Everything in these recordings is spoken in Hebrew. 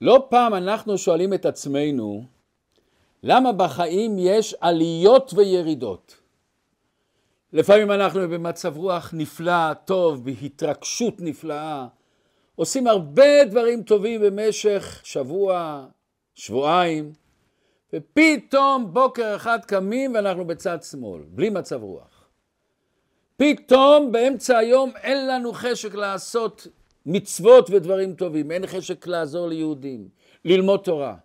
לא פעם אנחנו שואלים את עצמנו, למה בחיים יש עליות וירידות? לפעמים אנחנו במצב רוח נפלא, טוב, בהתרגשות נפלאה, עושים הרבה דברים טובים במשך שבוע, שבועיים, ופתאום בוקר אחד קמים ואנחנו בצד שמאל, בלי מצב רוח. פתאום באמצע היום אין לנו חשק לעשות מצוות ודברים טובים, אין חשק לעזור ליהודים, ללמוד תורה.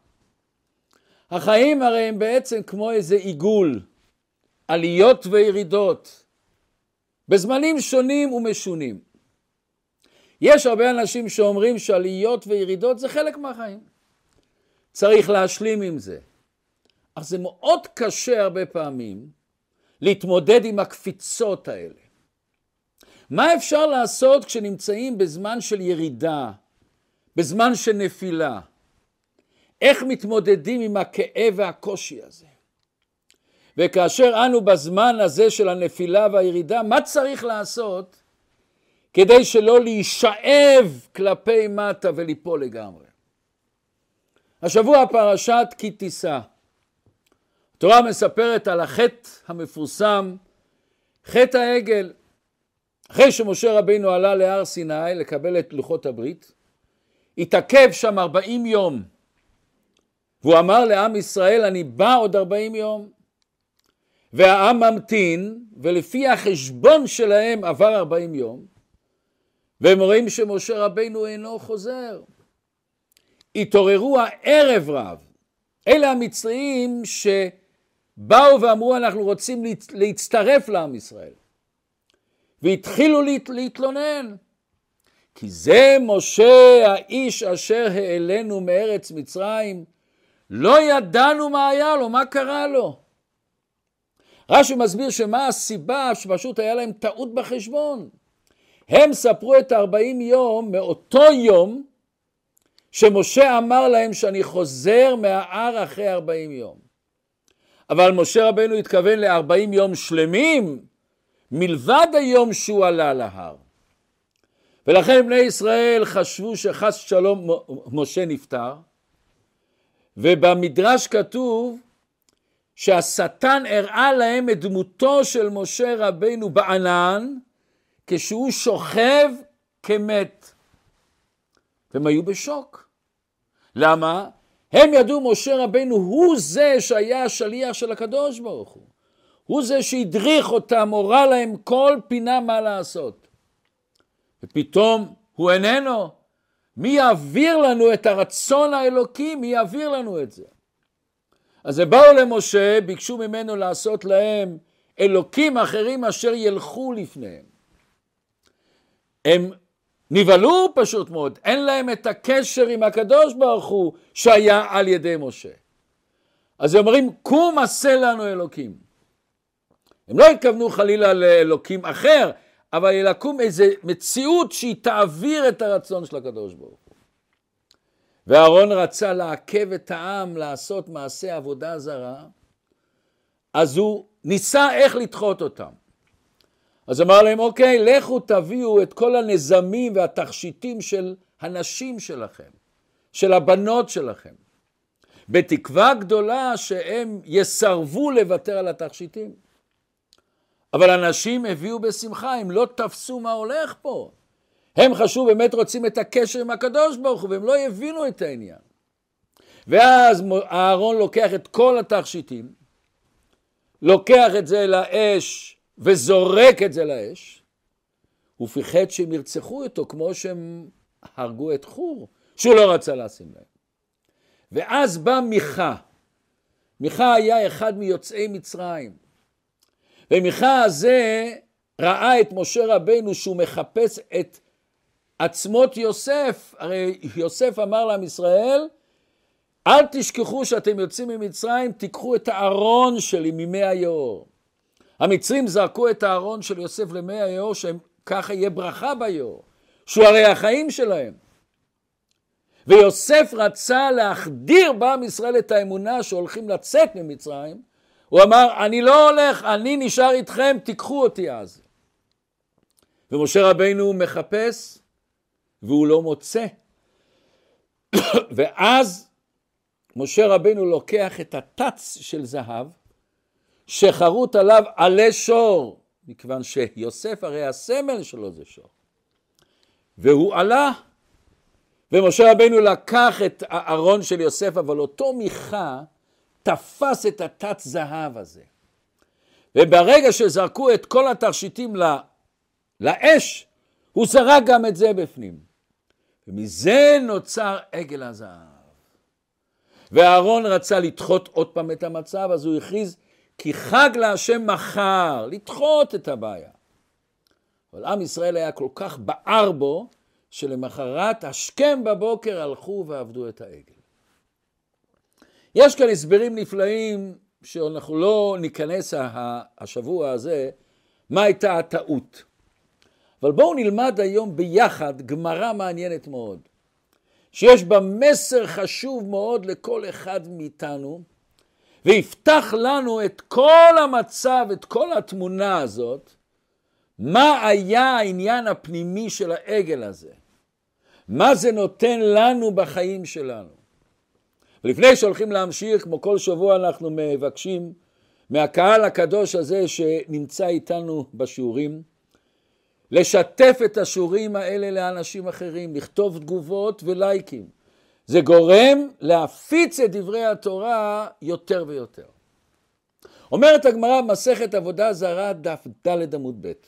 החיים הרי הם בעצם כמו איזה עיגול, עליות וירידות, בזמנים שונים ומשונים. יש הרבה אנשים שאומרים שעליות וירידות זה חלק מהחיים. צריך להשלים עם זה. אך זה מאוד קשה הרבה פעמים להתמודד עם הקפיצות האלה. מה אפשר לעשות כשנמצאים בזמן של ירידה, בזמן של נפילה? איך מתמודדים עם הכאב והקושי הזה? וכאשר אנו בזמן הזה של הנפילה והירידה, מה צריך לעשות כדי שלא להישאב כלפי מטה וליפול לגמרי? השבוע פרשת כי תישא. התורה מספרת על החטא המפורסם, חטא העגל. אחרי שמשה רבינו עלה להר סיני לקבל את לוחות הברית, התעכב שם 40 יום. והוא אמר לעם ישראל, אני בא עוד 40 יום. והעם ממתין, ולפי החשבון שלהם עבר 40 יום, והם רואים שמשה רבינו אינו חוזר. התעוררו הערב רב. אלה המצרים שבאו ואמרו, אנחנו רוצים להצטרף לעם ישראל. והתחילו להתלונן. כי זה משה האיש אשר העלינו מארץ מצרים, לא ידענו מה היה לו, מה קרה לו. רש"י מסביר שמה הסיבה שפשוט היה להם טעות בחשבון. הם ספרו את 40 יום מאותו יום שמשה אמר להם שאני חוזר מההר אחרי 40 יום. אבל משה רבנו התכוון ל40 יום שלמים מלבד היום שהוא עלה להר. ולכן בני ישראל חשבו שחס שלום משה נפטר, ובמדרש כתוב שהשטן הראה להם את דמותו של משה רבינו בענן, כשהוא שוכב כמת. והם היו בשוק. למה? הם ידעו משה רבינו הוא זה שהיה השליח של הקדוש ברוך הוא. הוא זה שהדריך אותם, הורה להם כל פינה מה לעשות. ופתאום הוא איננו. מי יעביר לנו את הרצון האלוקי? מי יעביר לנו את זה? אז הם באו למשה, ביקשו ממנו לעשות להם אלוקים אחרים אשר ילכו לפניהם. הם נבהלו פשוט מאוד, אין להם את הקשר עם הקדוש ברוך הוא שהיה על ידי משה. אז הם אומרים, קום עשה לנו אלוקים. הם לא התכוונו חלילה לאלוקים אחר, אבל ילקום איזה מציאות שהיא תעביר את הרצון של הקדוש ברוך הוא. ואהרון רצה לעכב את העם לעשות מעשה עבודה זרה, אז הוא ניסה איך לדחות אותם. אז אמר להם, אוקיי, לכו תביאו את כל הנזמים והתכשיטים של הנשים שלכם, של הבנות שלכם, בתקווה גדולה שהם יסרבו לוותר על התכשיטים. אבל אנשים הביאו בשמחה, הם לא תפסו מה הולך פה. הם חשבו באמת רוצים את הקשר עם הקדוש ברוך הוא, והם לא הבינו את העניין. ואז אהרון לוקח את כל התכשיטים, לוקח את זה לאש וזורק את זה לאש, ופיחד שהם ירצחו אותו כמו שהם הרגו את חור, שהוא לא רצה לשים להם. ואז בא מיכה. מיכה היה אחד מיוצאי מצרים. ומיכה הזה ראה את משה רבינו שהוא מחפש את עצמות יוסף. הרי יוסף אמר לעם ישראל, אל תשכחו שאתם יוצאים ממצרים, תיקחו את הארון שלי ממי היאור. המצרים זרקו את הארון של יוסף למי היאור, שככה יהיה ברכה ביאור, שהוא הרי החיים שלהם. ויוסף רצה להחדיר בעם ישראל את האמונה שהולכים לצאת ממצרים, הוא אמר, אני לא הולך, אני נשאר איתכם, תיקחו אותי אז. ומשה רבינו מחפש, והוא לא מוצא. ואז משה רבינו לוקח את התץ של זהב, שחרוט עליו עלי שור, מכיוון שיוסף הרי הסמל שלו זה שור. והוא עלה, ומשה רבינו לקח את הארון של יוסף, אבל אותו מיכה תפס את התץ זהב הזה. וברגע שזרקו את כל התכשיטים לאש, הוא זרק גם את זה בפנים. ומזה נוצר עגל הזהב. ואהרון רצה לדחות עוד פעם את המצב, אז הוא הכריז כי חג להשם מחר, לדחות את הבעיה. אבל עם ישראל היה כל כך בער בו, שלמחרת השכם בבוקר הלכו ועבדו את העגל. יש כאן הסברים נפלאים שאנחנו לא ניכנס השבוע הזה, מה הייתה הטעות. אבל בואו נלמד היום ביחד גמרא מעניינת מאוד, שיש בה מסר חשוב מאוד לכל אחד מאיתנו, ויפתח לנו את כל המצב, את כל התמונה הזאת, מה היה העניין הפנימי של העגל הזה, מה זה נותן לנו בחיים שלנו. ולפני שהולכים להמשיך, כמו כל שבוע אנחנו מבקשים מהקהל הקדוש הזה שנמצא איתנו בשיעורים, לשתף את השיעורים האלה לאנשים אחרים, לכתוב תגובות ולייקים. זה גורם להפיץ את דברי התורה יותר ויותר. אומרת הגמרא מסכת עבודה זרה דף ד' עמוד ב'.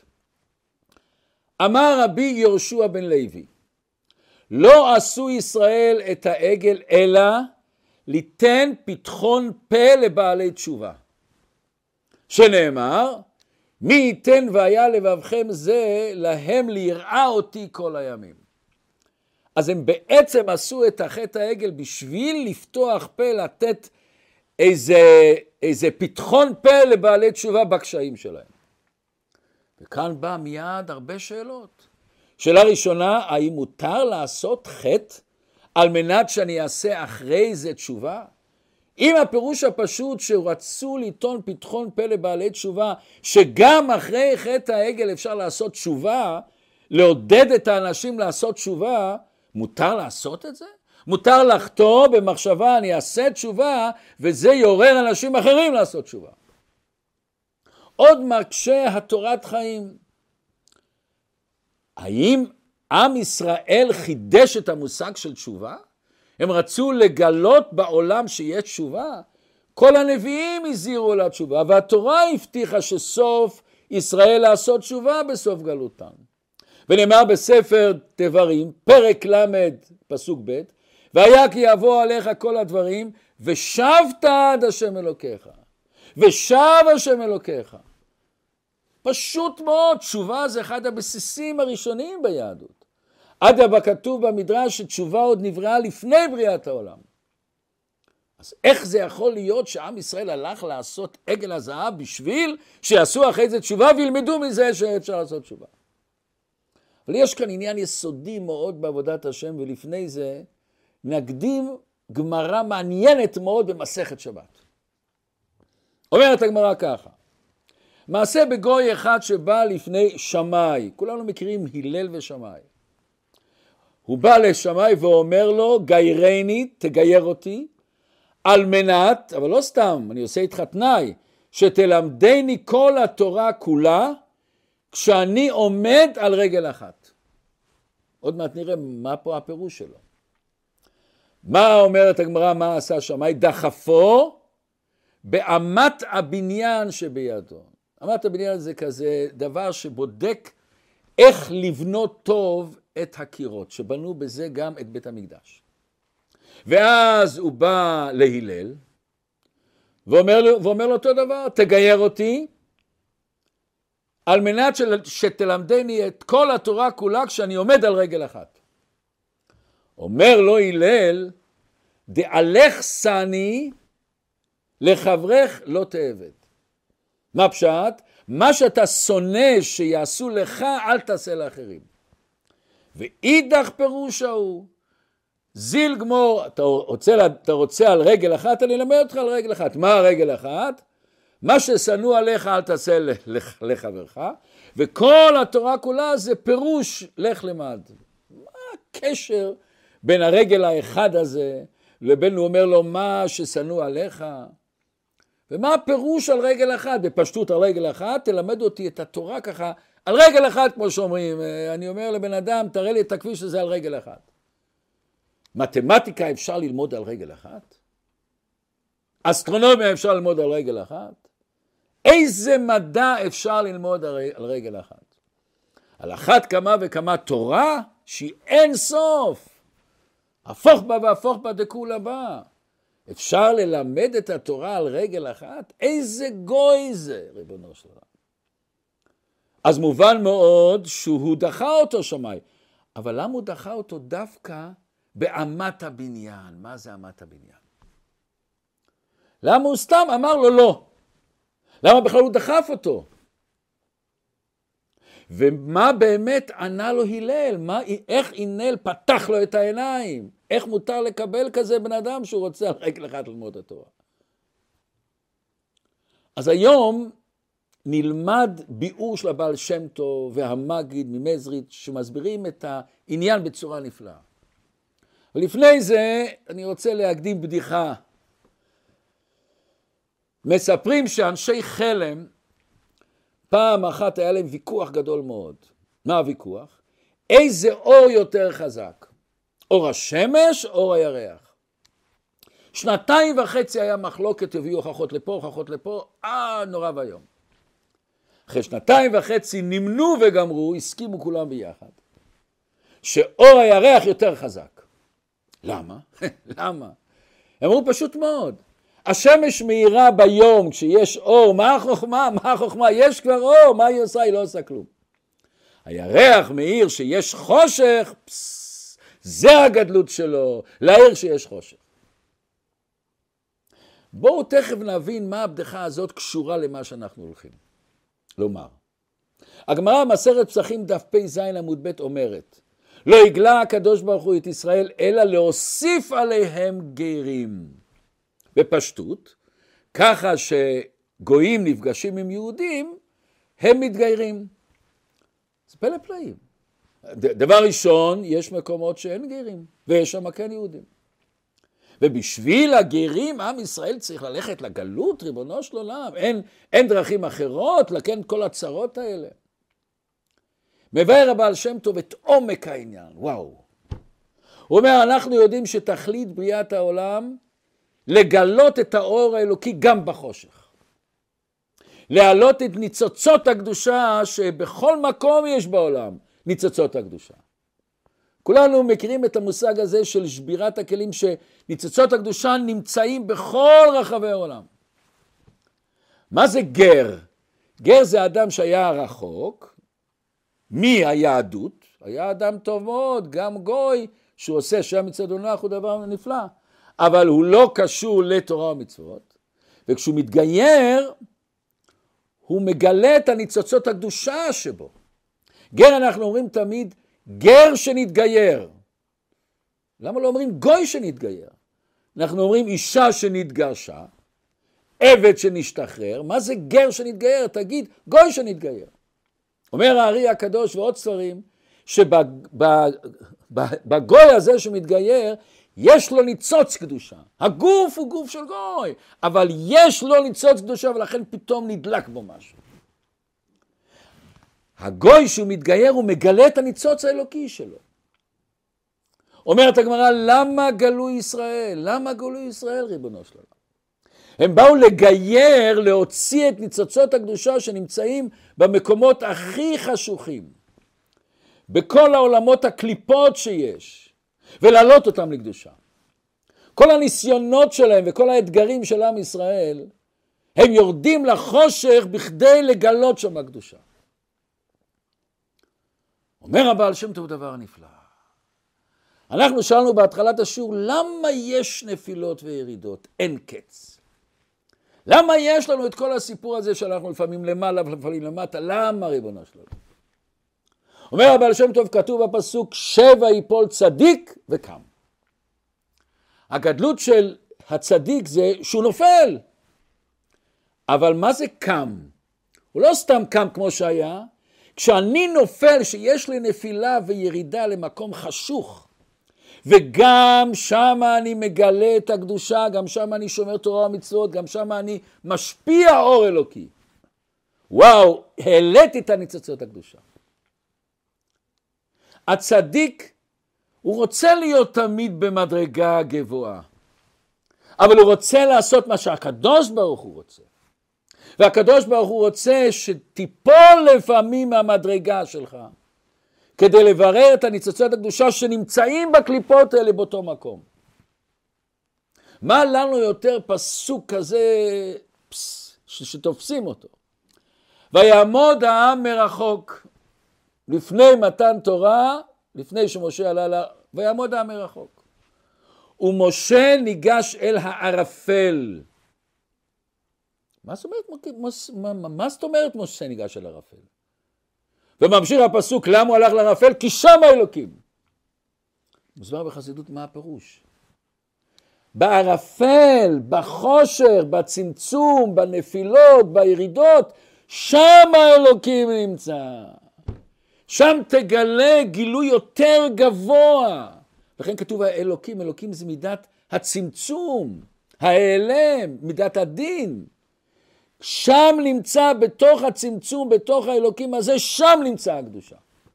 אמר רבי יהושע בן לוי, לא עשו ישראל את העגל אלא ליתן פתחון פה לבעלי תשובה. שנאמר, מי ייתן והיה לבבכם זה להם ליראה אותי כל הימים. אז הם בעצם עשו את החטא העגל בשביל לפתוח פה, לתת איזה פתחון פה לבעלי תשובה בקשיים שלהם. וכאן בא מיד הרבה שאלות. שאלה ראשונה, האם מותר לעשות חטא על מנת שאני אעשה אחרי זה תשובה? אם הפירוש הפשוט שרצו ליתון פתחון פה לבעלי תשובה, שגם אחרי חטא העגל אפשר לעשות תשובה, לעודד את האנשים לעשות תשובה, מותר לעשות את זה? מותר לחטוא במחשבה, אני אעשה תשובה, וזה יעורר אנשים אחרים לעשות תשובה. עוד מקשה התורת חיים. האם עם ישראל חידש את המושג של תשובה? הם רצו לגלות בעולם שיש תשובה? כל הנביאים הזהירו על התשובה, והתורה הבטיחה שסוף ישראל לעשות תשובה בסוף גלותם. ונאמר בספר דברים, פרק למד, פסוק ב', והיה כי יבוא עליך כל הדברים, ושבת עד השם אלוקיך. ושב השם אלוקיך. פשוט מאוד, תשובה זה אחד הבסיסים הראשונים ביהדות. אדרבה כתוב במדרש שתשובה עוד נבראה לפני בריאת העולם. אז איך זה יכול להיות שעם ישראל הלך לעשות עגל הזהב בשביל שיעשו אחרי זה תשובה וילמדו מזה שאפשר לעשות תשובה? אבל יש כאן עניין יסודי מאוד בעבודת השם, ולפני זה נקדים גמרא מעניינת מאוד במסכת שבת. אומרת הגמרא ככה, מעשה בגוי אחד שבא לפני שמאי, כולנו מכירים הלל ושמאי. הוא בא לשמאי ואומר לו, גיירני, תגייר אותי, על מנת, אבל לא סתם, אני עושה איתך תנאי, שתלמדני כל התורה כולה, כשאני עומד על רגל אחת. עוד מעט נראה מה פה הפירוש שלו. מה אומרת הגמרא, מה עשה שמאי? דחפו באמת הבניין שבידו. אמת הבניין זה כזה דבר שבודק איך לבנות טוב את הקירות, שבנו בזה גם את בית המקדש. ואז הוא בא להלל, ואומר לו אותו דבר, תגייר אותי, על מנת שתלמדני את כל התורה כולה כשאני עומד על רגל אחת. אומר לו הלל, דעלך סני לחברך לא תעבד. מה פשט? מה שאתה שונא שיעשו לך, אל תעשה לאחרים. ואידך פירוש הוא, זיל גמור, אתה רוצה על רגל אחת, אני אלמד אותך על רגל אחת. מה הרגל אחת? מה ששנוא עליך אל תעשה לחברך, וכל התורה כולה זה פירוש לך למד. מה הקשר בין הרגל האחד הזה, לבין הוא אומר לו מה ששנוא עליך. ומה הפירוש על רגל אחת? בפשטות על רגל אחת, תלמד אותי את התורה ככה, על רגל אחת כמו שאומרים. אני אומר לבן אדם, תראה לי את הכביש הזה על רגל אחת. מתמטיקה אפשר ללמוד על רגל אחת? אסטרונומיה אפשר ללמוד על רגל אחת? איזה מדע אפשר ללמוד על רגל אחת? על אחת כמה וכמה תורה שהיא אין סוף. הפוך בה והפוך בה דכולה בה. אפשר ללמד את התורה על רגל אחת? איזה גוי זה, ריבונו של עולם. אז מובן מאוד שהוא דחה אותו שמי. אבל למה הוא דחה אותו דווקא באמת הבניין? מה זה אמת הבניין? למה הוא סתם אמר לו לא? למה בכלל הוא דחף אותו? ומה באמת ענה לו הלל? איך הלל פתח לו את העיניים? איך מותר לקבל כזה בן אדם שהוא רוצה על רגל אחת ללמוד את התורה? אז היום נלמד ביאור של הבעל שם טוב והמגיד ממזריץ' שמסבירים את העניין בצורה נפלאה. ולפני זה אני רוצה להקדים בדיחה. מספרים שאנשי חלם, פעם אחת היה להם ויכוח גדול מאוד. מה הוויכוח? איזה אור יותר חזק? אור השמש או אור הירח? 2.5 היה מחלוקת, הביאו הוכחות לפה, הוכחות לפה, נורא והיום. אחרי 2.5 נמנו וגמרו, הסכימו כולם ביחד, שאור הירח יותר חזק. למה? למה? הם אמרו פשוט מאוד. השמש מאירה ביום כשיש אור, מה החוכמה? מה החוכמה? יש כבר אור, מה היא עושה? היא לא עושה כלום. הירח מאיר שיש חושך, זה הגדלות שלו, להעיר שיש חושך. בואו תכף נבין מה הבדיחה הזאת קשורה למה שאנחנו הולכים לומר. הגמרא מסכת פסחים דף פ"ז עמוד ב' אומרת, לא הגלה הקדוש ברוך הוא את ישראל אלא להוסיף עליהם גרים. בפשטות, ככה שגויים נפגשים עם יהודים, הם מתגיירים. זה פלא פלאים. דבר ראשון, יש מקומות שאין גרים, ויש שם כן יהודים. ובשביל הגרים, עם ישראל צריך ללכת לגלות, ריבונו של עולם. אין דרכים אחרות, לכן כל הצרות האלה. מבאר הבעל שם טוב את עומק העניין, וואו. הוא אומר, אנחנו יודעים שתכלית בריאת העולם, לגלות את האור האלוקי גם בחושך. להעלות את ניצוצות הקדושה שבכל מקום יש בעולם, ניצוצות הקדושה. כולנו מכירים את המושג הזה של שבירת הכלים שניצוצות הקדושה נמצאים בכל רחבי העולם. מה זה גר? גר זה אדם שהיה רחוק מהיהדות, היה אדם טוב מאוד, גם גוי שהוא עושה שם מצד נוח הוא דבר נפלא. אבל הוא לא קשור לתורה ומצוות, וכשהוא מתגייר, הוא מגלה את הניצוצות הקדושה שבו. גר אנחנו אומרים תמיד, גר שנתגייר. למה לא אומרים גוי שנתגייר? אנחנו אומרים אישה שנתגרשה, עבד שנשתחרר. מה זה גר שנתגייר? תגיד, גוי שנתגייר. אומר הארי הקדוש ועוד ספרים, שבגוי הזה שמתגייר, יש לו ניצוץ קדושה. הגוף הוא גוף של גוי, אבל יש לו ניצוץ קדושה, ולכן פתאום נדלק בו משהו. הגוי שהוא מתגייר, הוא מגלה את הניצוץ האלוקי שלו. אומרת הגמרא, למה גלו ישראל? למה גלו ישראל, ריבונו של עולם? הם באו לגייר, להוציא את ניצוצות הקדושה שנמצאים במקומות הכי חשוכים. בכל העולמות הקליפות שיש. ולהעלות אותם לקדושה. כל הניסיונות שלהם וכל האתגרים של עם ישראל, הם יורדים לחושך בכדי לגלות שם הקדושה. אומר הבעל שם טוב דבר נפלא. אנחנו שאלנו בהתחלת השיעור, למה יש נפילות וירידות? אין קץ. למה יש לנו את כל הסיפור הזה שאנחנו לפעמים למעלה ולפעמים למטה? למה ריבונו של עולם? אומר הבעל שם טוב, כתוב בפסוק, 7 ייפול צדיק וקם. הגדלות של הצדיק זה שהוא נופל. אבל מה זה קם? הוא לא סתם קם כמו שהיה. כשאני נופל, שיש לי נפילה וירידה למקום חשוך, וגם שם אני מגלה את הקדושה, גם שם אני שומר תורה ומצוות, גם שם אני משפיע אור אלוקי. וואו, העליתי את הניצוצות הקדושה. הצדיק, הוא רוצה להיות תמיד במדרגה גבוהה, אבל הוא רוצה לעשות מה שהקדוש ברוך הוא רוצה. והקדוש ברוך הוא רוצה שתיפול לפעמים מהמדרגה שלך, כדי לברר את הניצוצות הקדושה שנמצאים בקליפות האלה באותו מקום. מה לנו יותר פסוק כזה שתופסים אותו? ויעמוד העם מרחוק, לפני מתן תורה, לפני שמשה עלה, ויעמוד העם מרחוק. ומשה ניגש אל הערפל. מה זאת אומרת משה ניגש אל הערפל? וממשיך הפסוק, למה הוא הלך לערפל? כי שם האלוקים. מוסבר בחסידות מה הפירוש. בערפל, בחושר, בצמצום, בנפילות, בירידות, שם האלוקים נמצא. שם תגלה גילוי יותר גבוה. לכן כתוב האלוקים, אלוקים זה מידת הצמצום, ההיעלם, מידת הדין. שם נמצא בתוך הצמצום, בתוך האלוקים הזה, שם נמצא הקדושה.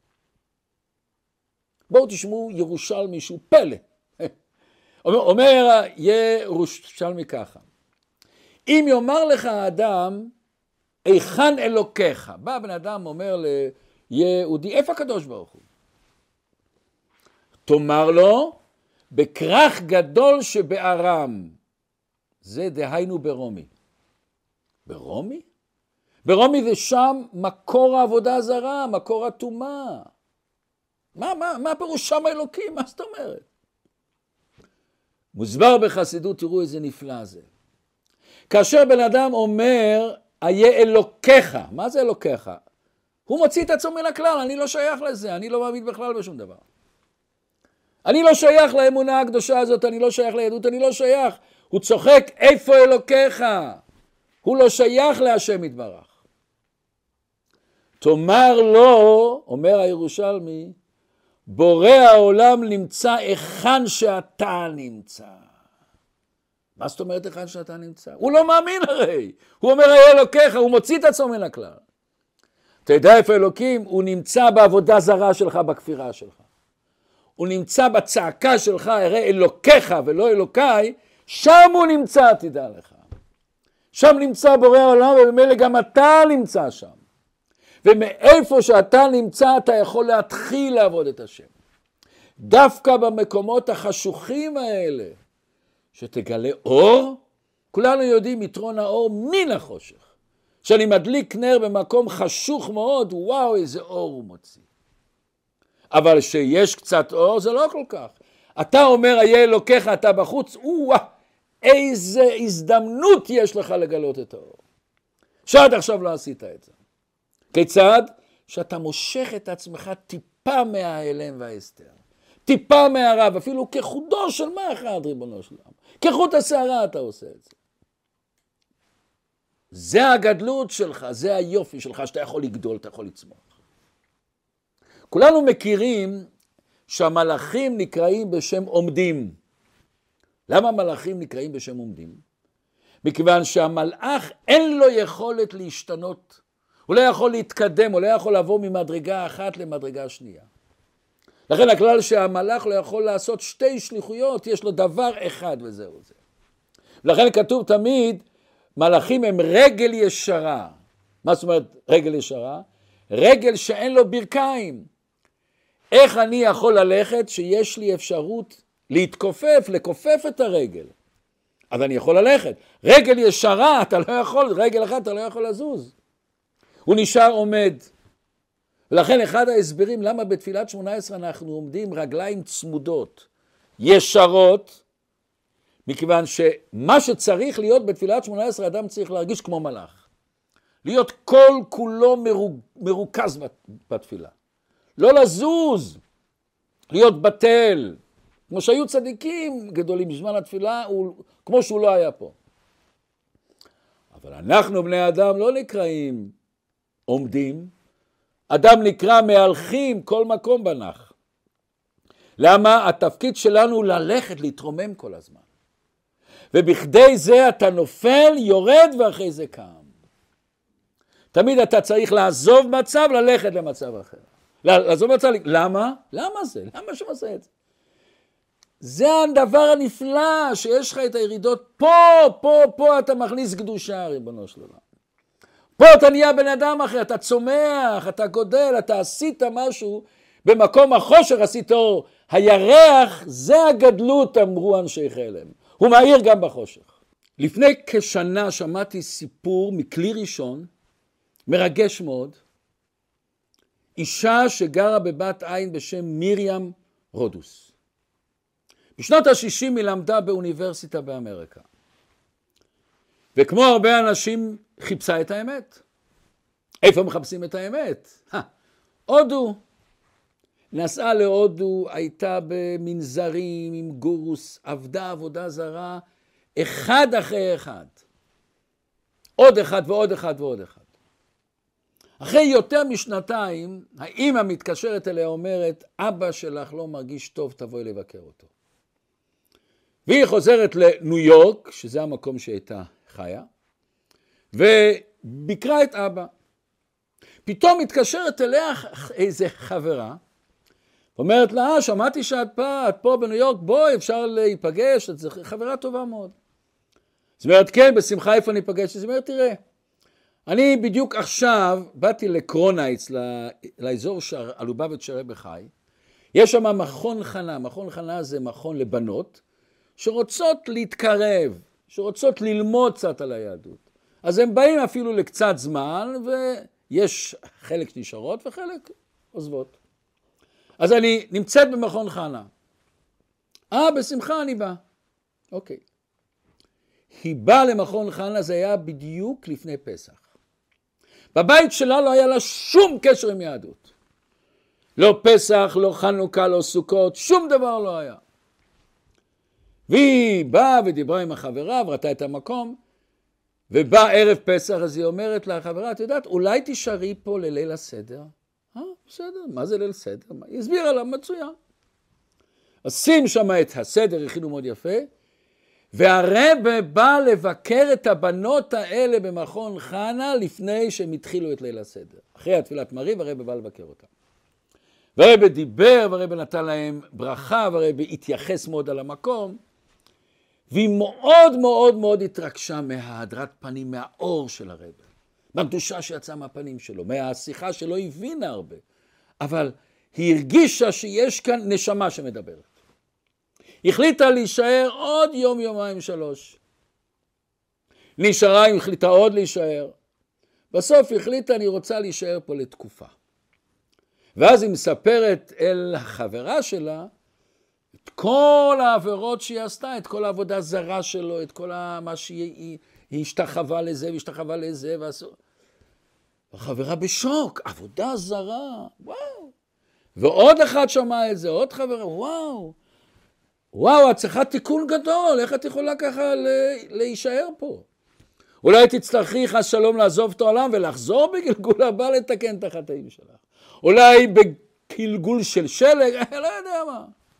בואו תשמעו ירושלמי שהוא פלא. אומר ירושלמי ככה, אם יאמר לך האדם, היכן אלוקיך? בא בן אדם אומר ליהודי, איפה הקדוש ברוך הוא? תאמר לו, בכרך גדול שבארם, זה דהיינו ברומי. ברומי? ברומי זה שם מקור העבודה הזרה, מקור הטומאה. מה פירוש שם האלוקים? מה זאת אומרת? מוסבר בחסידות, תראו איזה נפלא זה. כאשר בן אדם אומר, היה אלוקיך, מה זה אלוקיך? הוא מוציא את עצמו מן הכלל, אני לא שייך לזה, אני לא מאמין בכלל בשום דבר. אני לא שייך לאמונה הקדושה הזאת, אני לא שייך ליהדות, אני לא שייך. הוא צוחק, איפה אלוקיך? הוא לא שייך להשם יתברך. תאמר לו, אומר הירושלמי, בורא העולם נמצא היכן שאתה נמצא. מה זאת אומרת היכן שאתה נמצא? הוא לא מאמין הרי. הוא אומר, היה אלוקיך, הוא מוציא את עצמו מן הכלל. אתה יודע איפה אלוקים? הוא נמצא בעבודה זרה שלך, בכפירה שלך. הוא נמצא בצעקה שלך, הרי אלוקיך ולא אלוקיי, שם הוא נמצא, תדע לך. שם נמצא בורא העולם, ובמילא גם אתה נמצא שם. ומאיפה שאתה נמצא, אתה יכול להתחיל לעבוד את השם. דווקא במקומות החשוכים האלה, שתגלה אור, כולנו יודעים יתרון האור מן החושך. כשאני מדליק נר במקום חשוך מאוד, וואו, איזה אור הוא מוציא. אבל שיש קצת אור, זה לא כל כך. אתה אומר, היה אלוקיך, אתה בחוץ, וואו, איזה הזדמנות יש לך לגלות את האור. שעד עכשיו לא עשית את זה. כיצד? שאתה מושך את עצמך טיפה מההיעלם וההסתר. טיפה מהרב, אפילו כחודו של מה אחד ריבונו של עולם. כחוט השערה אתה עושה את זה. זה הגדלות שלך, זה היופי שלך, שאתה יכול לגדול, אתה יכול לצמוח. כולנו מכירים שהמלאכים נקראים בשם עומדים. למה המלאכים נקראים בשם עומדים? מכיוון שהמלאך אין לו יכולת להשתנות. הוא לא יכול להתקדם, הוא לא יכול לעבור ממדרגה אחת למדרגה שנייה. לכן הכלל שהמלאך לא יכול לעשות שתי שליחויות, יש לו דבר אחד וזהו זה. לכן כתוב תמיד, מלאכים הם רגל ישרה. מה זאת אומרת רגל ישרה? רגל שאין לו ברכיים. איך אני יכול ללכת שיש לי אפשרות להתכופף, לכופף את הרגל? אז אני יכול ללכת. רגל ישרה, אתה לא יכול, רגל אחת אתה לא יכול לזוז. הוא נשאר עומד. ולכן אחד ההסברים למה בתפילת 18 אנחנו עומדים רגליים צמודות, ישרות, מכיוון שמה שצריך להיות בתפילת 18 אדם צריך להרגיש כמו מלאך. להיות כל כולו מרוכז בתפילה. לא לזוז, להיות בטל. כמו שהיו צדיקים גדולים בזמן התפילה, כמו שהוא לא היה פה. אבל אנחנו בני אדם לא נקראים עומדים, אדם נקרא מהלכים כל מקום בנח. למה? התפקיד שלנו הוא ללכת, להתרומם כל הזמן. ובכדי זה אתה נופל, יורד ואחרי זה קם. תמיד אתה צריך לעזוב מצב, ללכת למצב אחר. לעזוב מצב, למה? למה זה? למה שעושה את זה? זה הדבר הנפלא, שיש לך את הירידות פה אתה מכניס קדושה, ריבונו של עולם. פה אתה נהיה בן אדם אחר, אתה צומח, אתה גודל, אתה עשית משהו, במקום החושך עשית אור. הירח זה הגדלות, אמרו אנשי חלם. הוא מאיר גם בחושך. לפני כשנה שמעתי סיפור מכלי ראשון, מרגש מאוד, אישה שגרה בבת עין בשם מיריאם רודוס. בשנות ה-60 היא למדה באוניברסיטה באמריקה. וכמו הרבה אנשים חיפשה את האמת. איפה מחפשים את האמת? הודו. נסעה להודו, הייתה במנזרים עם גורוס, עבדה עבודה זרה, אחד אחרי אחד. עוד אחד ועוד אחד ועוד אחד. אחרי יותר משנתיים, האמא מתקשרת אליה אומרת, אבא שלך לא מרגיש טוב, תבואי לבקר אותו. והיא חוזרת לניו יורק, שזה המקום שהייתה חיה, וביקרה את אבא. פתאום מתקשרת אליה איזה חברה, אומרת לה, שמעתי שאת פה בניו יורק, בואי, אפשר להיפגש, את חברה טובה מאוד. זאת אומרת, כן, בשמחה איפה ניפגש? זאת אומרת, תראה, אני בדיוק עכשיו באתי לקרונייץ, לאזור הלובביץ' רבי חי, יש שם מכון חנה, מכון חנה זה מכון לבנות, שרוצות להתקרב, שרוצות ללמוד קצת על היהדות. אז הם באים אפילו לקצת זמן, ויש חלק שנשארות וחלק עוזבות. אז אני נמצאת במכון חנה. בשמחה אני בא. אוקיי. היא באה למכון חנה, זה היה בדיוק לפני פסח. בבית שלה לא היה לה שום קשר עם יהדות. לא פסח, לא חנוכה, לא סוכות, שום דבר לא היה. והיא באה ודיברה עם החברה, וראתה את המקום, ובא ערב פסח, אז היא אומרת לחברה, את יודעת, אולי תישארי פה לליל הסדר? בסדר, מה זה ליל סדר? היא הסבירה לה, מצוין. אז שים שם את הסדר, הכינו מאוד יפה, והרב בא לבקר את הבנות האלה במכון חנה, לפני שהם התחילו את ליל הסדר. אחרי התפילת מעריב, הרב בא לבקר אותם. והרב דיבר, והרב נתן להם ברכה, והרב התייחס מאוד על המקום, והיא מאוד מאוד מאוד התרגשה מההדרת פנים, מהאור של הרב, מהקדושה שיצאה מהפנים שלו, מהשיחה שלא הבינה הרבה, אבל היא הרגישה שיש כאן נשמה שמדברת. היא החליטה להישאר עוד יום, יומיים, 3. נשארה, היא החליטה עוד להישאר. בסוף היא החליטה, אני רוצה להישאר פה לתקופה. ואז היא מספרת אל החברה שלה, את כל העבירות שהיא עשתה, את כל העבודה זרה שלו, את כל מה שהיא השתחווה לזה והשתחווה לזה. החברה בשוק, עבודה זרה, וואו. ועוד אחד שמע את זה, עוד חברה, וואו, את צריכה תיקון גדול, איך את יכולה ככה להישאר פה? אולי תצטרכי חס שלום לעזוב את העולם ולחזור בגלגול הבא לתקן את החטאים שלך. אולי בגלגול של שלג, לא יודע מה.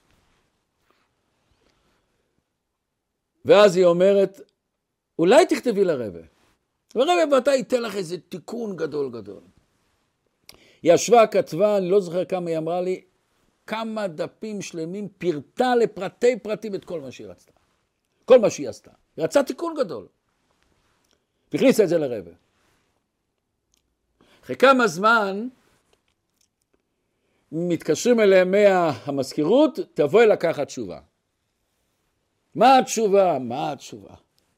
ואז היא אומרת, אולי תכתבי לרבא. ורבא ואתה ייתן לך איזה תיקון גדול גדול. היא ישבה, כתבה, אני לא זוכר כמה, היא אמרה לי, כמה דפים שלמים, פירטה לפרטי פרטים את כל מה שהיא רצתה. כל מה שהיא עשתה. היא רצתה תיקון גדול. והכניסה את זה לרבא. אחרי כמה זמן, מתקשרים אליהם מהמזכירות, תבואי לקחת תשובה. מה התשובה? מה התשובה?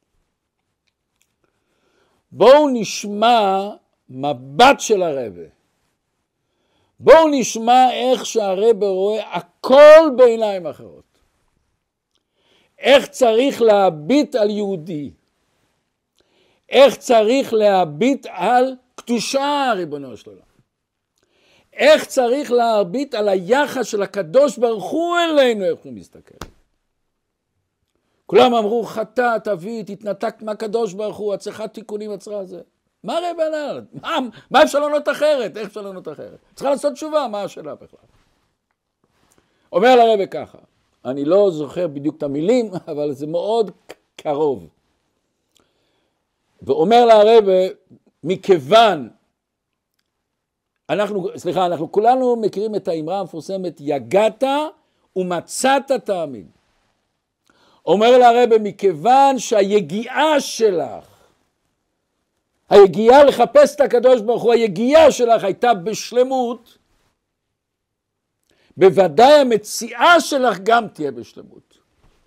בואו נשמע מבט של הרבא. בואו נשמע איך שהרבא רואה הכל בעיניים אחרות. איך צריך להביט על יהודי. איך צריך להביט על קדושה, ריבונו של עולם. איך צריך להביט על היחס של הקדוש ברוך הוא אלינו, איך הוא מסתכל. כולם אמרו, חטאת, אבית, התנתקת מהקדוש ברוך הוא, את צריכה תיקונים, את צריכה זה. מה רבא ענה? מה אפשר לענות אחרת? איך אפשר לענות אחרת? צריכה לעשות תשובה, מה השאלה בכלל? אומר לרב ככה, אני לא זוכר בדיוק את המילים, אבל זה מאוד קרוב. ואומר לרב, מכיוון, אנחנו כולנו מכירים את האמרה המפורסמת, יגעת ומצאת תאמין. אומר לרב, מכיוון שהיגיעה שלך, היגיעה לחפש את הקדוש ברוך הוא, היגיעה שלך הייתה בשלמות, בוודאי המציאה שלך גם תהיה בשלמות.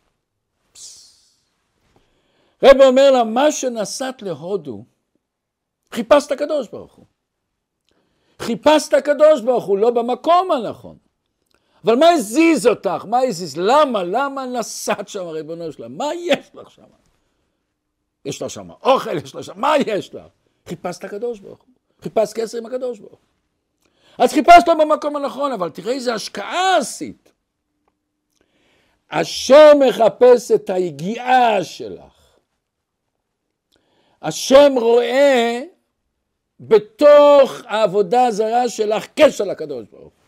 רב אומר לה, מה שנסעת להודו, חיפשת הקדוש ברוך הוא. חיפשת הקדוש ברוך הוא, לא במקום הנכון. אבל מה הזיז אותך? מה הזיז? למה נסעת שם, ריבונו שלם? מה יש לך שם? יש לך שם אוכל, יש לך שם, מה יש לך? חיפשת הקדוש ברוך הוא. חיפשת קשר עם הקדוש ברוך הוא. אז חיפשת לו במקום הנכון, אבל תראי איזה השקעה עשית. השם מחפש את היגיעה שלך. השם רואה בתוך העבודה הזרה שלך קשר לקדוש ברוך הוא.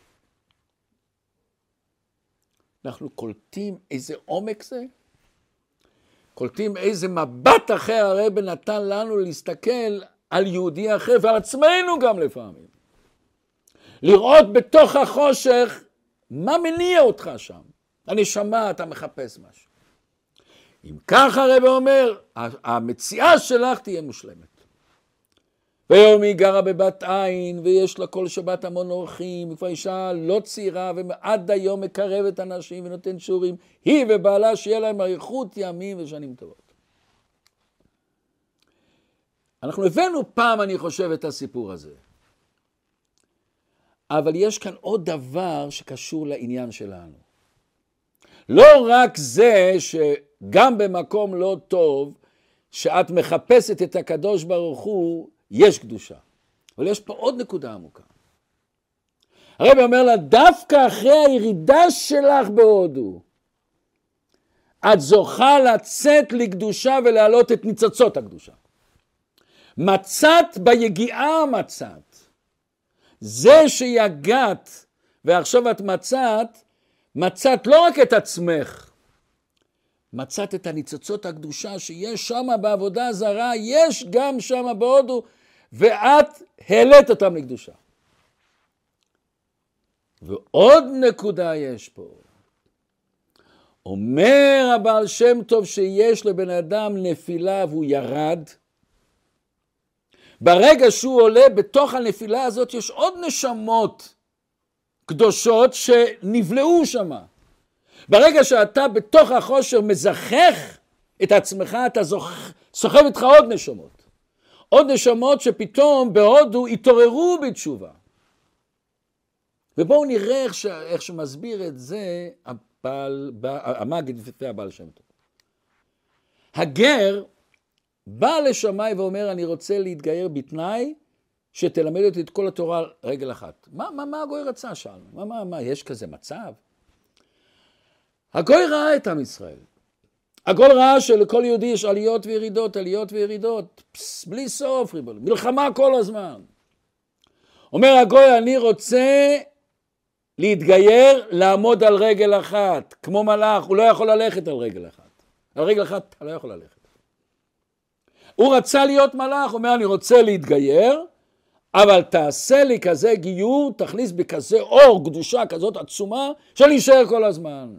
אנחנו קולטים איזה עומק זה? קולטים איזה מבט אחר הרב נתן לנו להסתכל על יהודי אחר ועל עצמנו גם לפעמים. לראות בתוך החושך מה מניע אותך שם. הנשמה, אתה מחפש משהו. אם ככה הרב אומר, המציאה שלך תהיה מושלמת. ויום היא גרה בבת עין, ויש לה כל שבת המון אורחים, וכבר אישה לא צעירה, ועד היום מקרבת אנשים ונותן שיעורים, היא ובעלה שיהיה להם אריכות ימים ושנים טובות. אנחנו הבאנו פעם, אני חושב, את הסיפור הזה. אבל יש כאן עוד דבר שקשור לעניין שלנו. לא רק זה שגם במקום לא טוב, שאת מחפשת את הקדוש ברוך הוא, יש קדושה. אבל יש פה עוד נקודה עמוקה. הרב אומר לה, דווקא אחרי הירידה שלך בהודו, את זוכה לצאת לקדושה ולהעלות את ניצוצות הקדושה. מצאת ביגיעה מצאת. זה שיגעת ועכשיו את מצאת לא רק את עצמך, מצאת את הניצוצות הקדושה שיש שם בעבודה הזרה, יש גם שם בהודו, ואת העלית אותם לקדושה. ועוד נקודה יש פה. אומר הבעל שם טוב שיש לבן אדם נפילה והוא ירד, ברגע שהוא עולה בתוך הנפילה הזאת יש עוד נשמות קדושות שנבלעו שם. ברגע שאתה בתוך החושר מזכך את עצמך, אתה סוחב איתך עוד נשמות. עוד נשמות שפתאום בהודו התעוררו בתשובה. ובואו נראה איך שמסביר את זה המגיד לפני הבעל שם טוב. הגר בא לשמאי ואומר, אני רוצה להתגייר בתנאי שתלמד אותי את כל התורה על רגל אחת. מה הגוי רצה? שאלנו. מה, יש כזה מצב? הגוי ראה את עם ישראל. הגוי ראה שלכל יהודי יש עליות וירידות, עליות וירידות. בלי סוף, ריבונו. מלחמה כל הזמן. אומר הגוי, אני רוצה להתגייר, לעמוד על רגל אחת. כמו מלאך, הוא לא יכול ללכת על רגל אחת. על רגל אחת אתה לא יכול ללכת. הוא רצה להיות מלאך, הוא אומר, אני רוצה להתגייר, אבל תעשה לי כזה גיור, תכניס בי כזה אור, קדושה כזאת עצומה, שאני אשאר כל הזמן.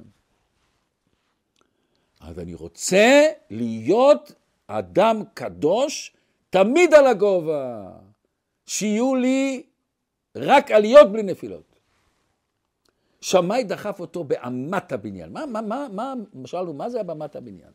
אז אני רוצה להיות אדם קדוש, תמיד על הגובה, שיהיו לי רק עליות בלי נפילות. שמאי דחף אותו באמת הבניין. שאלנו, מה זה באמת הבניין?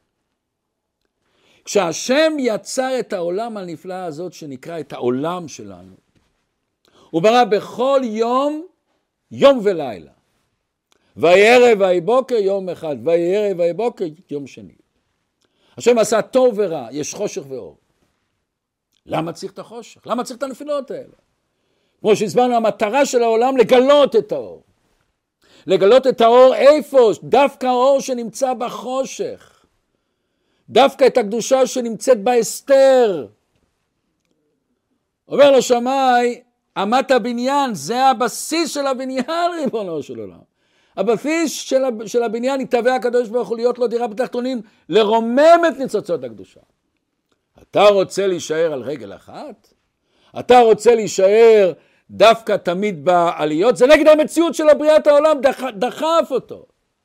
כשהשם יצר את העולם הנפלא הזאת שנקרא את העולם שלנו, הוא ברא בכל יום ולילה. ויערב ויבוקר יום אחד, ויערב ויבוקר יום שני. השם עשה טוב ורע, יש חושך ואור. למה צריך את החושך? למה צריך את הנפילות האלה? כמו שהסברנו, המטרה של העולם לגלות את האור. לגלות את האור איפה? דווקא האור שנמצא בחושך. דווקא את הקדושה שנמצאת בהסתר. אומר לשמאי, אמת הבניין, זה הבסיס של הבניין, ריבונו של עולם. הבסיס של הבניין יתהווה הקדוש ברוך הוא להיות לו דירה בתחתונים, לרומם את ניצוצות הקדושה. אתה רוצה להישאר על רגל אחת? אתה רוצה להישאר דווקא תמיד בעליות? זה נגד המציאות של הבריאת העולם, דחף אותו.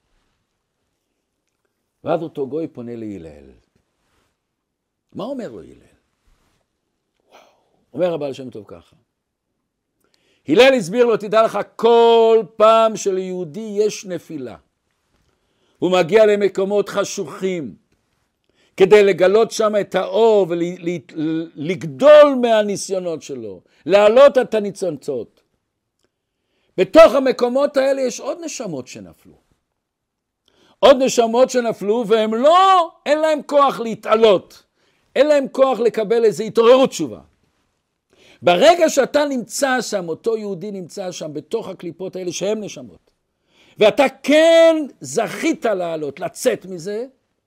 ואז אותו גוי פונה להלל. מה אומר לו הלל? אומר הבעל שם טוב ככה. הלל הסביר לו, תדע לך, כל פעם שליהודי יש נפילה, הוא מגיע למקומות חשוכים, כדי לגלות שם את האור ולגדול מהניסיונות שלו, להעלות את הניצוצות. בתוך המקומות האלה יש עוד נשמות שנפלו. עוד נשמות שנפלו והם לא, אין להם כוח להתעלות, אין להם כוח לקבל איזו התעוררות תשובה. ברגע שאתה נמצא שם, אותו יהודי נמצא שם בתוך הקליפות האלה שהם נשמות, ואתה כן זכית לעלות, לצאת מזה,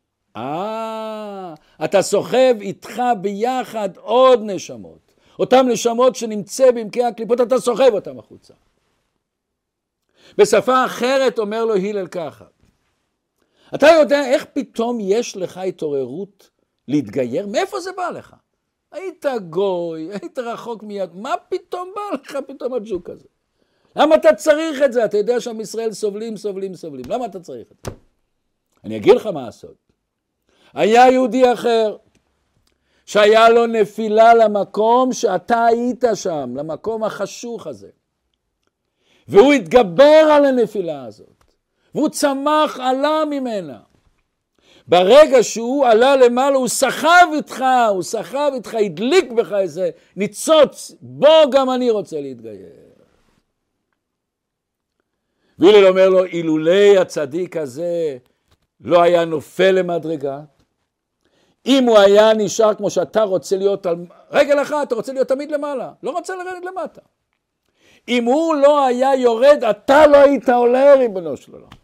אתה סוחב איתך ביחד עוד נשמות. אותם נשמות שנמצא במקי הקליפות, אתה סוחב אותם החוצה. בשפה אחרת אומר לו הלל ככה, אתה יודע איך פתאום יש לך התעוררות להתגייר? מאיפה זה בא לך? היית גוי, היית רחוק מיד, מה פתאום בא לך פתאום הג'וק הזה? למה אתה צריך את זה? אתה יודע שעם ישראל סובלים. למה אתה צריך את זה? אני אגיד לך מה הסוד. היה יהודי אחר, שהיה לו נפילה למקום שאתה היית שם, למקום החשוך הזה. והוא התגבר על הנפילה הזאת, והוא צמח, עלה ממנה. ברגע שהוא עלה למעלה, הוא סחב איתך, הדליק בך איזה ניצוץ, בוא גם אני רוצה להתגייר. והלל אומר לו, אילולי הצדיק הזה לא היה נופל למדרגה, אם הוא היה נשאר כמו שאתה רוצה להיות על רגל אחת, אתה רוצה להיות תמיד למעלה, לא רוצה לרדת למטה. אם הוא לא היה יורד, אתה לא היית עולה, ריבונו של עולם.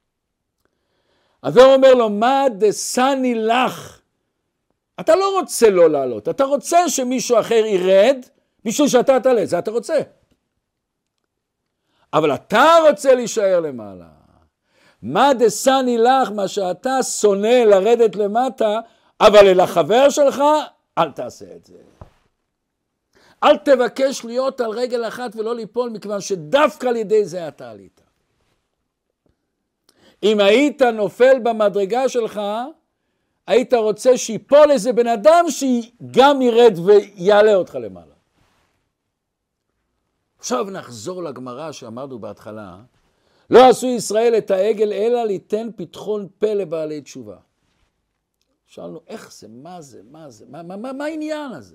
אז הוא אומר לו, מה דסני לך? אתה לא רוצה לא לעלות, אתה רוצה שמישהו אחר ירד, בשביל שאתה תעלה, זה אתה רוצה. אבל אתה רוצה להישאר למעלה. מה דסני לך, מה שאתה שונא לרדת למטה, אבל אל החבר שלך, אל תעשה את זה. אל תבקש להיות על רגל אחת ולא ליפול, מכיוון שדווקא על ידי זה אתה עלית. אם היית נופל במדרגה שלך, היית רוצה שיפול איזה בן אדם שגם ירד ויעלה אותך למעלה. עכשיו נחזור לגמרא שאמרנו בהתחלה, לא עשו ישראל את העגל אלא ליתן פתחון פה לבעלי תשובה. שאלנו איך זה, מה העניין הזה?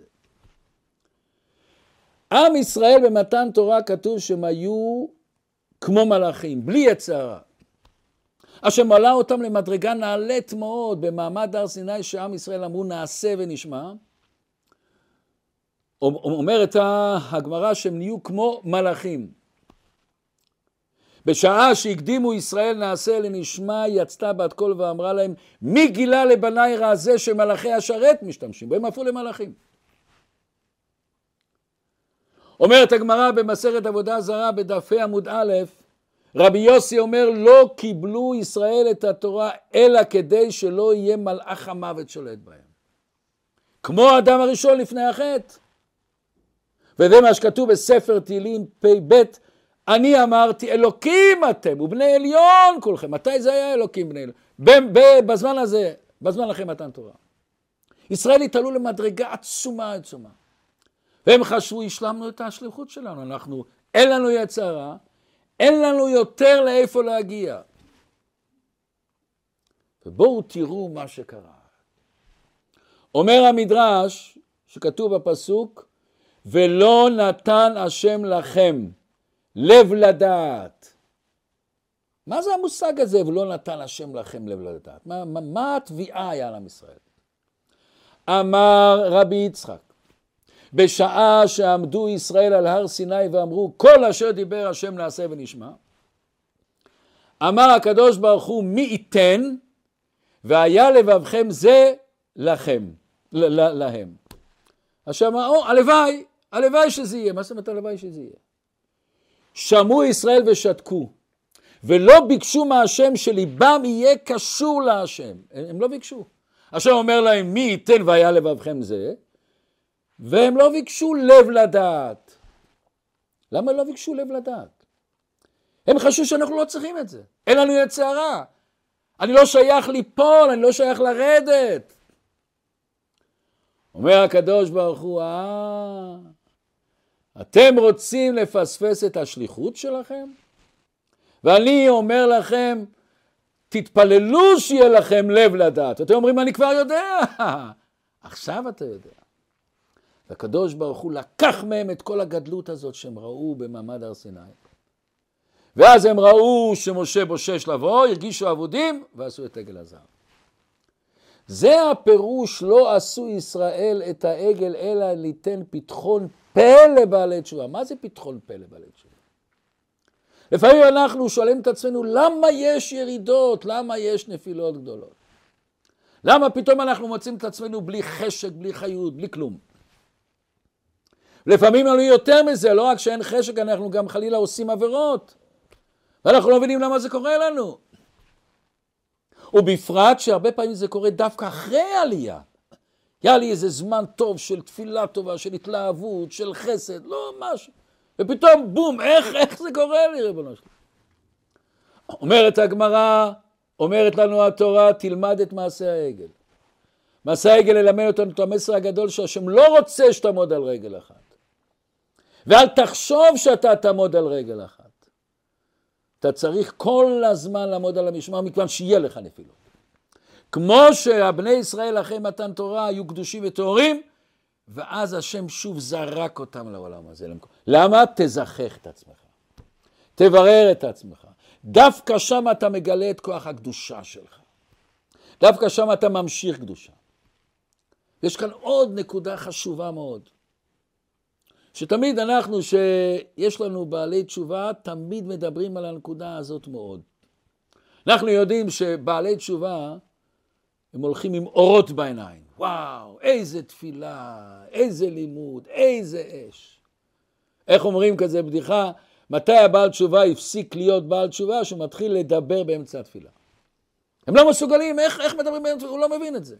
עם ישראל במתן תורה כתוב שהם היו כמו מלאכים, בלי יצר הרע. אשר מעלה אותם למדרגה נעלית מאוד במעמד הר סיני שעם ישראל אמרו נעשה ונשמע. אומרת הגמרא שהם נהיו כמו מלאכים. בשעה שהקדימו ישראל נעשה לנשמע יצתה בת קול ואמרה להם מי גילה לבני רע זה שמלאכי השרת משתמשים בהם הפכו למלאכים. אומרת הגמרא במסכת עבודה זרה בדפי עמוד א', רבי יוסי אומר לא קיבלו ישראל את התורה אלא כדי שלא יהיה מלאך המוות שולט בהם. כמו האדם הראשון לפני החטא. וזה מה שכתוב בספר תהילים פ"ב, אני אמרתי אלוקים אתם ובני עליון כולכם. מתי זה היה אלוקים בני עליון? בזמן הזה, בזמן לכם מתן תורה. ישראל התעלו למדרגה עצומה. והם חשבו, השלמנו את השליחות שלנו, אין לנו יצרה, אין לנו יותר לאיפה להגיע. ובואו תראו מה שקרה. אומר המדרש, שכתוב בפסוק, ולא נתן השם לכם לב לדעת. מה זה המושג הזה, ולא נתן השם לכם לב לדעת? מה התביעה היה לעם ישראל? אמר רבי יצחק, בשעה שעמדו ישראל על הר סיני ואמרו, כל אשר דיבר השם נעשה ונשמע, אמר הקדוש ברוך הוא, מי ייתן, והיה לבבכם זה לכם, להם. עכשיו, הלוואי שזה יהיה. מה זאת אומרת הלוואי שזה יהיה? שמעו ישראל ושתקו, ולא ביקשו מהשם שליבם יהיה קשור להשם. הם לא ביקשו. השם אומר להם, מי ייתן והיה לבבכם זה? והם לא ביקשו לב לדעת. למה לא ביקשו לב לדעת? הם חשבו שאנחנו לא צריכים את זה. אין לנו יצר הרע. אני לא שייך ליפול, אני לא שייך לרדת. אומר הקדוש ברוך הוא, אתם רוצים לפספס את השליחות שלכם? ואני אומר לכם, תתפללו שיהיה לכם לב לדעת. ואתם אומרים, אני כבר יודע. עכשיו אתה יודע. והקדוש ברוך הוא לקח מהם את כל הגדלות הזאת שהם ראו במעמד הר סיני. ואז הם ראו שמשה בושש לבוא, הרגישו עבודים ועשו את עגל הזהב. זה הפירוש, לא עשו ישראל את העגל אלא ליתן פתחון פה לבעלי תשובה. מה זה פתחון פה לבעלי תשובה? לפעמים אנחנו שואלים את עצמנו, למה יש ירידות? למה יש נפילות גדולות? למה פתאום אנחנו מוצאים את עצמנו בלי חשק, בלי חיות, בלי כלום? לפעמים לנו יותר מזה, לא רק שאין חשק, אנחנו גם חלילה עושים עבירות. ואנחנו לא מבינים למה זה קורה לנו. ובפרט שהרבה פעמים זה קורה דווקא אחרי העלייה. היה לי איזה זמן טוב של תפילה טובה, של התלהבות, של חסד, לא משהו. ופתאום בום, איך זה קורה לי, ריבונו שלי? אומרת הגמרא, אומרת לנו התורה, תלמד את מעשה העגל. מעשה העגל ללמד אותנו את המסר הגדול שהשם לא רוצה שתעמוד על רגל אחת. ואל תחשוב שאתה תעמוד על רגל אחת. אתה צריך כל הזמן לעמוד על המשמר, מכיוון שיהיה לך נפילות. כמו שהבני ישראל אחרי מתן תורה היו קדושים וטהורים, ואז השם שוב זרק אותם לעולם הזה. למה? תזכח את עצמך. תברר את עצמך. דווקא שם אתה מגלה את כוח הקדושה שלך. דווקא שם אתה ממשיך קדושה. יש כאן עוד נקודה חשובה מאוד. שתמיד אנחנו שיש לנו בעלי תשובה, תמיד מדברים על הנקודה הזאת מאוד. אנחנו יודעים שבעלי תשובה, הם הולכים עם אורות בעיניים. וואו, איזה תפילה, איזה לימוד, איזה אש. איך אומרים כזה בדיחה? מתי הבעל תשובה הפסיק להיות בעל תשובה? שהוא מתחיל לדבר באמצע התפילה. הם לא מסוגלים, איך מדברים באמצע? הוא לא מבין את זה.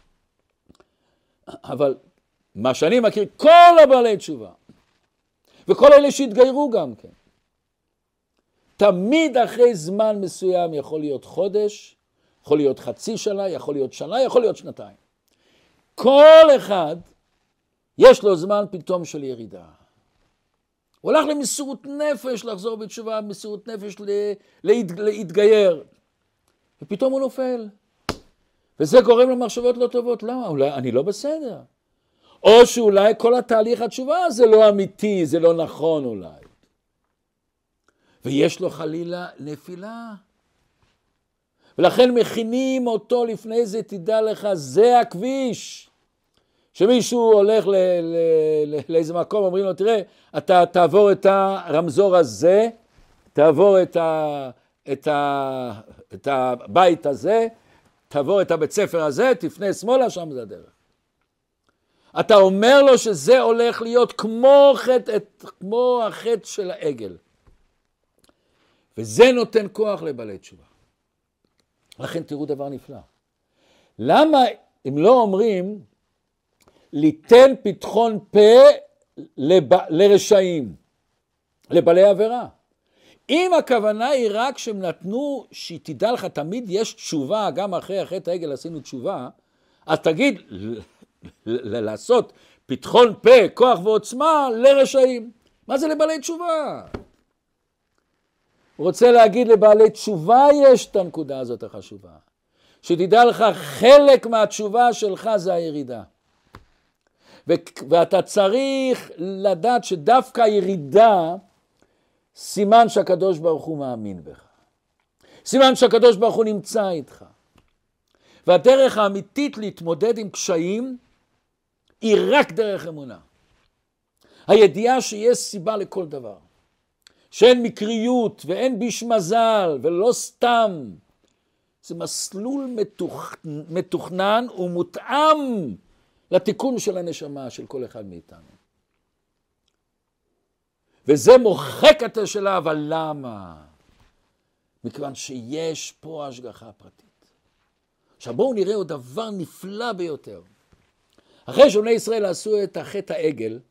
אבל מה שאני מכיר, כל הבעלי תשובה, וכל אלה שהתגיירו גם כן, תמיד אחרי זמן מסוים, יכול להיות חודש, יכול להיות חצי שנה, יכול להיות שנה, יכול להיות שנתיים. כל אחד יש לו זמן פתאום של ירידה. הוא הולך למסירות נפש, לחזור בתשובה, מסירות נפש להתגייר. ופתאום הוא נופל. וזה גורם למחשבות לא טובות. למה? אולי אני לא בסדר. או שאולי כל התהליך התשובה זה לא אמיתי, זה לא נכון אולי. ויש לו חלילה נפילה. ולכן מכינים אותו לפני זה, תדע לך, זה הכביש. שמישהו הולך לאיזה מקום, אומרים לו, תראה, אתה תעבור את הרמזור הזה, תעבור את הבית הזה, תעבור את הבית ספר הזה, תפנה שמאלה, שם זה הדרך. אתה אומר לו שזה הולך להיות כמו החטא של העגל. וזה נותן כוח לבעלי תשובה. לכן תראו דבר נפלא. למה אם לא אומרים, ליתן פתחון פה לרשעים, לבעלי עבירה? אם הכוונה היא רק שהם נתנו, שתדע לך, תמיד יש תשובה, גם אחרי החטא העגל עשינו תשובה, אז תגיד, לעשות פתחון פה, כוח ועוצמה לרשעים. מה זה לבעלי תשובה? הוא רוצה להגיד לבעלי תשובה יש את הנקודה הזאת החשובה. שתדע לך, חלק מהתשובה שלך זה הירידה. ואתה צריך לדעת שדווקא הירידה, סימן שהקדוש ברוך הוא מאמין בך. סימן שהקדוש ברוך הוא נמצא איתך. והדרך האמיתית להתמודד עם קשיים, היא רק דרך אמונה. הידיעה שיש סיבה לכל דבר. שאין מקריות ואין ביש מזל ולא סתם. זה מסלול מתוכנן ומותאם לתיקון של הנשמה של כל אחד מאיתנו. וזה מוחק את השאלה, אבל למה? מכיוון שיש פה השגחה פרטית. עכשיו בואו נראה עוד דבר נפלא ביותר. אחרי שבני ישראל עשו את החטא העגל,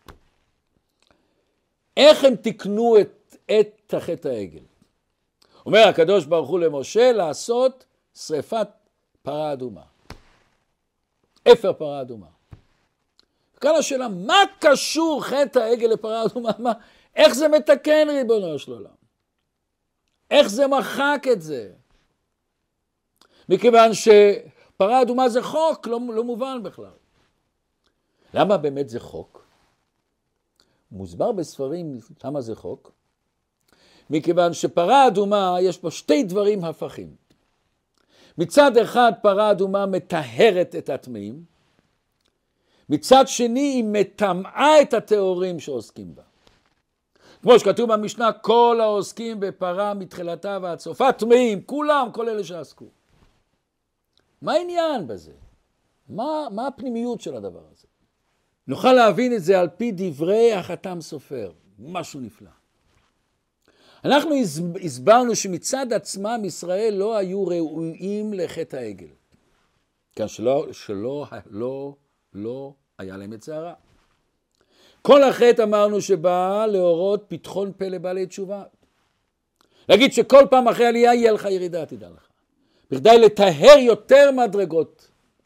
איך הם תיקנו את החטא העגל? אומר הקדוש ברוך הוא למשה לעשות שריפת פרה אדומה. אפר פרה אדומה. כאן השאלה, מה קשור חטא העגל לפרה אדומה? איך זה מתקן ריבונו של עולם? איך זה מחק את זה? מכיוון שפרה אדומה זה חוק, לא מובן בכלל. למה באמת זה חוק? מוסבר בספרים למה זה חוק. מכיוון שפרה אדומה יש פה שתי דברים הפכים. מצד אחד פרה אדומה מטהרת את הטמאים, מצד שני היא מטמאה את הטהורים שעוסקים בה. כמו שכתוב במשנה, כל העוסקים בפרה מתחילתה ועד סופה טמאים, כולם, כל אלה שעסקו. מה העניין בזה? מה הפנימיות של הדבר הזה? נוכל להבין את זה על פי דברי החתם סופר, משהו נפלא. אנחנו הסברנו שמצד עצמם ישראל לא היו ראויים לחטא העגל. כן, לא היה להם את שערה. כל החטא אמרנו שבא להורות פתחון פה לבעלי תשובה. להגיד שכל פעם אחרי עלייה יהיה לך ירידה, תדע לך. בכדי לטהר יותר מדרגות,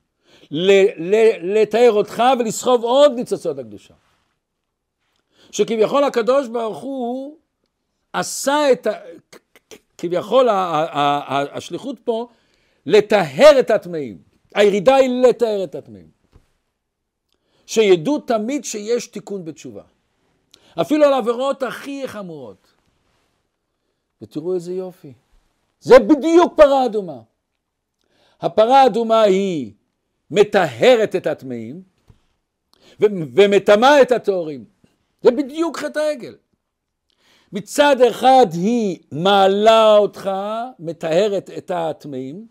לטהר אותך ולסחוב עוד ניצוצות הקדושה. שכביכול הקדוש ברוך הוא עשה את, כביכול השליחות פה, לטהר את הטמאים. הירידה היא לטהר את הטמאים. שידעו תמיד שיש תיקון בתשובה. אפילו על עבירות הכי חמורות. ותראו איזה יופי. זה בדיוק פרה אדומה. הפרה האדומה היא מטהרת את הטמאים, ומטמאה את הטהורים. זה בדיוק חטא העגל. מצד אחד היא מעלה אותך, מטהרת את הטמאים,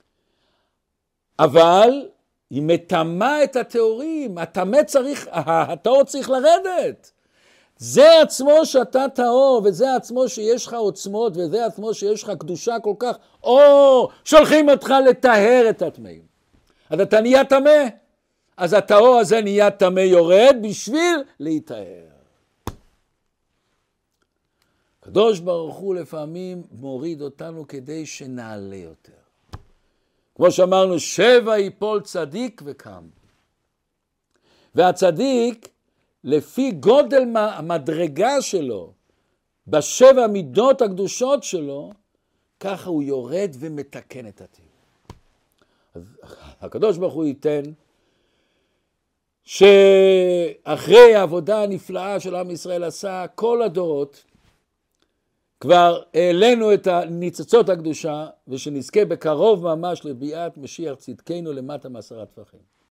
אבל היא מטמאה את הטהורים. הטהור צריך לרדת. זה עצמו שאתה טהור, וזה עצמו שיש לך עוצמות, וזה עצמו שיש לך קדושה כל כך, שולחים אותך לטהר את הטמאים. אז אתה נהיה טמא, אז הטהור הזה נהיה טמא יורד בשביל להיטהר. הקדוש ברוך הוא לפעמים מוריד אותנו כדי שנעלה יותר. כמו שאמרנו, 7 ייפול צדיק וקם. והצדיק, לפי גודל המדרגה שלו, ב7 מידות הקדושות שלו, ככה הוא יורד ומתקן את הטבע. אז הקדוש ברוך הוא ייתן, שאחרי העבודה הנפלאה של עם ישראל עשה, כל הדורות, כבר העלינו את הניצוצות הקדושה, ושנזכה בקרוב ממש לביאת משיח צדקנו למטה מ10 טפחים.